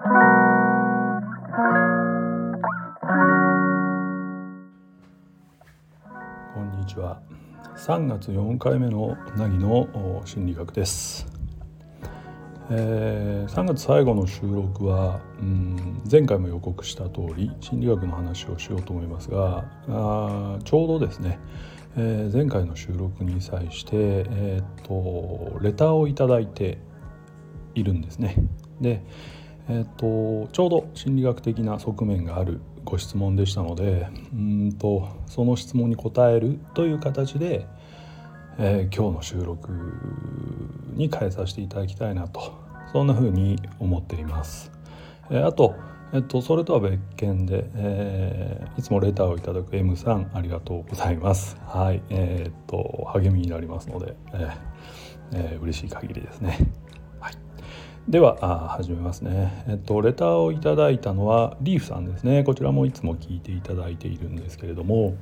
こんにちは。3月4回目のなぎの心理学です。3月最後の収録は前回も予告した通り心理学の話をしようと思いますが、ちょうどですね、前回の収録に際して、レターをいただいているんですね。で、ちょうど心理学的な側面があるご質問でしたので、その質問に答えるという形で、今日の収録に変えさせていただきたいなと、そんな風に思っています。あと、それとは別件で、いつもレターをいただく M さんありがとうございます。はい、励みになりますので、嬉しい限りですね。はい、では始めますね。レターをいただいたのはリーフさんですね。こちらもいつも聞いていただいているんですけれども、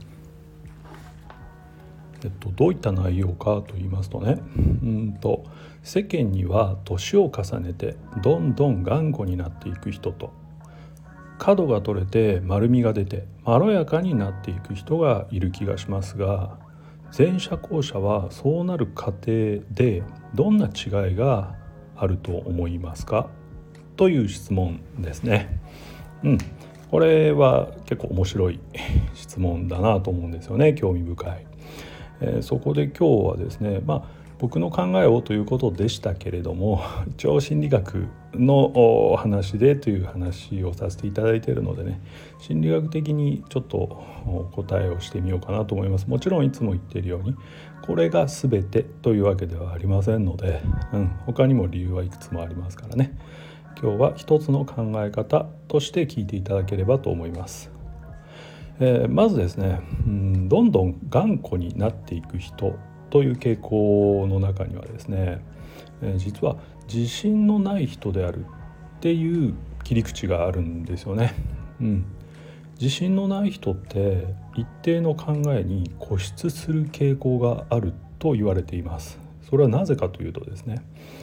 どういった内容かと言いますとね、世間には年を重ねてどんどん頑固になっていく人と、角が取れて丸みが出てまろやかになっていく人がいる気がしますが、前者後者はそうなる過程でどんな違いがあると思いますかという質問ですね。これは結構面白い質問だなと思うんですよね。興味深い。そこで今日はですね、僕の考えをということでしたけれども、一応心理学の話でという話をさせていただいているのでね、心理学的にちょっと答えをしてみようかなと思います。もちろんいつも言っているようにこれが全てというわけではありませんので、他にも理由はいくつもありますからね、今日は一つの考え方として聞いていただければと思います。まずですね、どんどん頑固になっていく人という傾向の中にはですね、実は自信のない人であるっていう切り口があるんですよね。自信のない人って一定の考えに固執する傾向があると言われています。それはなぜかというとですね、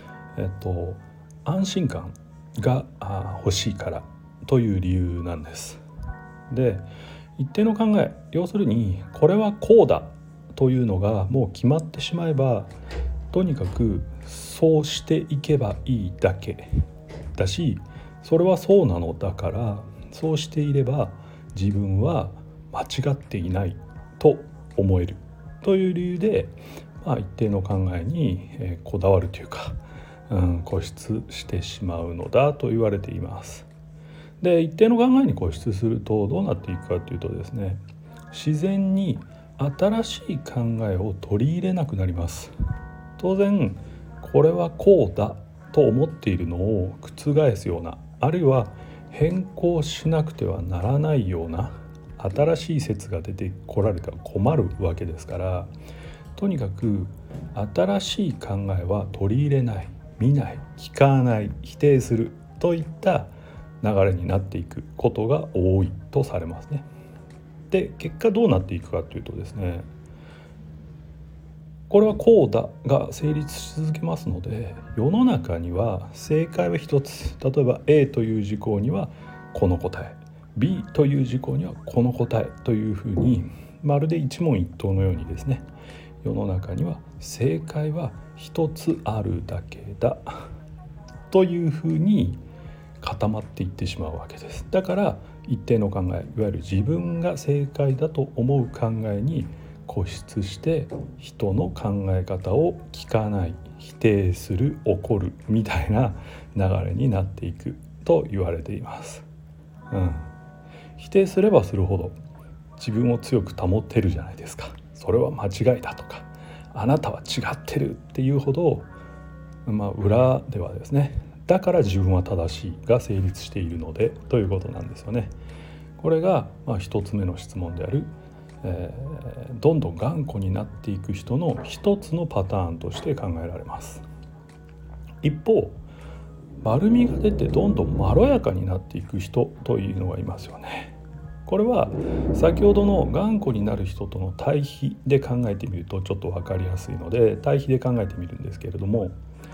安心感が欲しいからという理由なんです。で、一定の考え、要するにこれはこうだというのがもう決まってしまえば、とにかくそうしていけばいいだけだし、それはそうなのだからそうしていれば自分は間違っていないと思えるという理由で、一定の考えにこだわるというか、固執してしまうのだと言われています。で、一定の考えに固執するとどうなっていくかというとですね、自然に新しい考えを取り入れなくなります。当然これはこうだと思っているのを覆すような、あるいは変更しなくてはならないような新しい説が出てこられては困るわけですから、とにかく新しい考えは取り入れない、見ない、聞かない、否定するといった流れになっていくことが多いとされますね。で、結果どうなっていくかというとですね、これはこうだが成立し続けますので、世の中には正解は一つ、例えば A という事項にはこの答え、 B という事項にはこの答えというふうに、まるで一問一答のようにですね、世の中には正解は一つあるだけだというふうに固まっていってしまうわけです。だから一定の考え、いわゆる自分が正解だと思う考えに固執して人の考え方を聞かない、否定する、怒るみたいな流れになっていくと言われています。否定すればするほど自分を強く保ってるじゃないですか。それは間違いだとか、あなたは違ってるっていうほど、裏ではですね、だから自分は正しいが成立しているのでということなんですよね。これが一つ目の質問である、どんどん頑固になっていく人の一つのパターンとして考えられます。一方、丸みが出てどんどんまろやかになっていく人というのがいますよね。これは先ほどの頑固になる人との対比で考えてみるとちょっと分かりやすいので、対比で考えてみるんですけれども、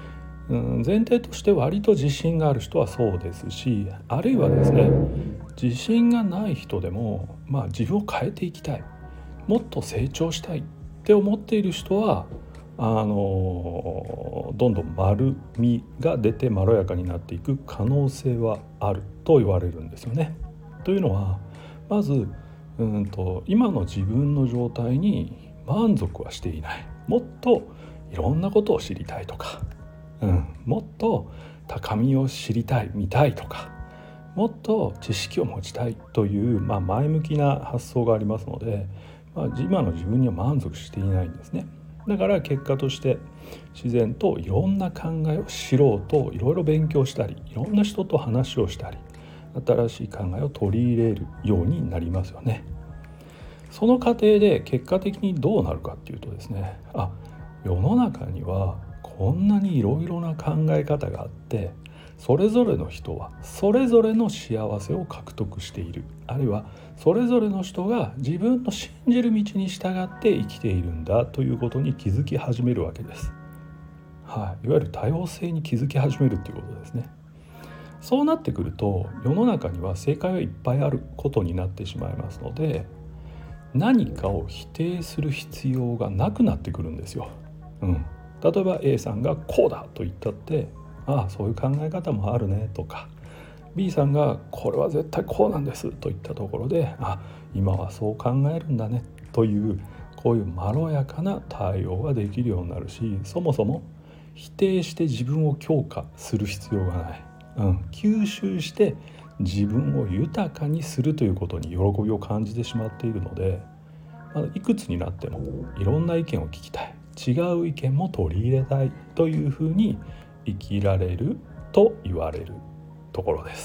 前提として割と自信がある人はそうですし、あるいはですね、自信がない人でも、自分を変えていきたい、もっと成長したいって思っている人はどんどん丸みが出てまろやかになっていく可能性はあると言われるんですよね。というのは、まず今の自分の状態に満足はしていない、もっといろんなことを知りたいとか、もっと高みを知りたい見たいとか、もっと知識を持ちたいという、前向きな発想がありますので、今の自分には満足していないんですね。だから結果として自然といろんな考えを知ろうといろいろ勉強したり、いろんな人と話をしたり、新しい考えを取り入れるようになりますよね。その過程で結果的にどうなるかっていうとですね、世の中にはこんなにいろいろな考え方があって、それぞれの人はそれぞれの幸せを獲得している、あるいはそれぞれの人が自分の信じる道に従って生きているんだということに気づき始めるわけです。いわゆる多様性に気づき始めるということですね。そうなってくると世の中には正解はいっぱいあることになってしまいますので、何かを否定する必要がなくなってくるんですよ。例えば A さんがこうだと言ったって、そういう考え方もあるねとか、 B さんがこれは絶対こうなんですと言ったところで、今はそう考えるんだねという、こういうまろやかな対応ができるようになるし、そもそも否定して自分を強化する必要がない、吸収して自分を豊かにするということに喜びを感じてしまっているので、いくつになってもいろんな意見を聞きたい、違う意見も取り入れたいというふうに生きられると言われるところです。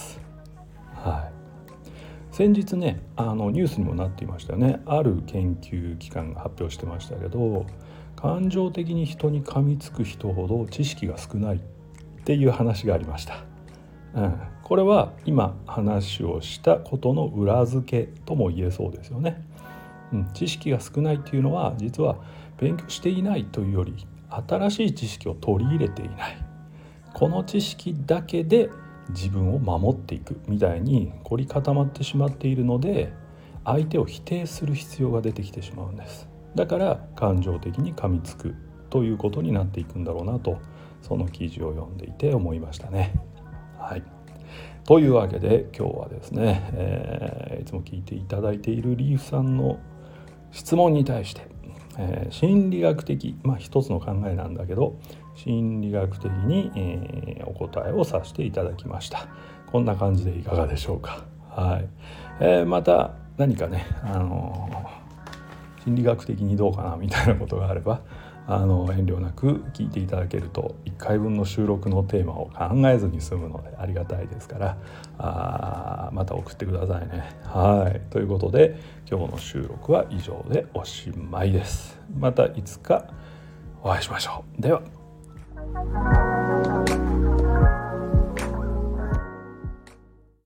先日ね、ニュースにもなっていましたよね。ある研究機関が発表してましたけど、感情的に人に噛みつく人ほど知識が少ないっていう話がありました。これは今話をしたことの裏付けとも言えそうですよね。知識が少ないっていうのは、実は勉強していないというより新しい知識を取り入れていない、この知識だけで自分を守っていくみたいに凝り固まってしまっているので、相手を否定する必要が出てきてしまうんです。だから感情的に噛みつくということになっていくんだろうなと、その記事を読んでいて思いましたね。というわけで今日はですね、いつも聞いていただいているリーフさんの質問に対して、心理学的、一つの考えなんだけど心理学的に、お答えをさせていただきました。こんな感じでいかがでしょうか。また何かね、心理学的にどうかなみたいなことがあれば遠慮なく聞いていただけると1回分の収録のテーマを考えずに済むのでありがたいですから、また送ってくださいね。ということで今日の収録は以上でおしまいです。またいつかお会いしましょう。では。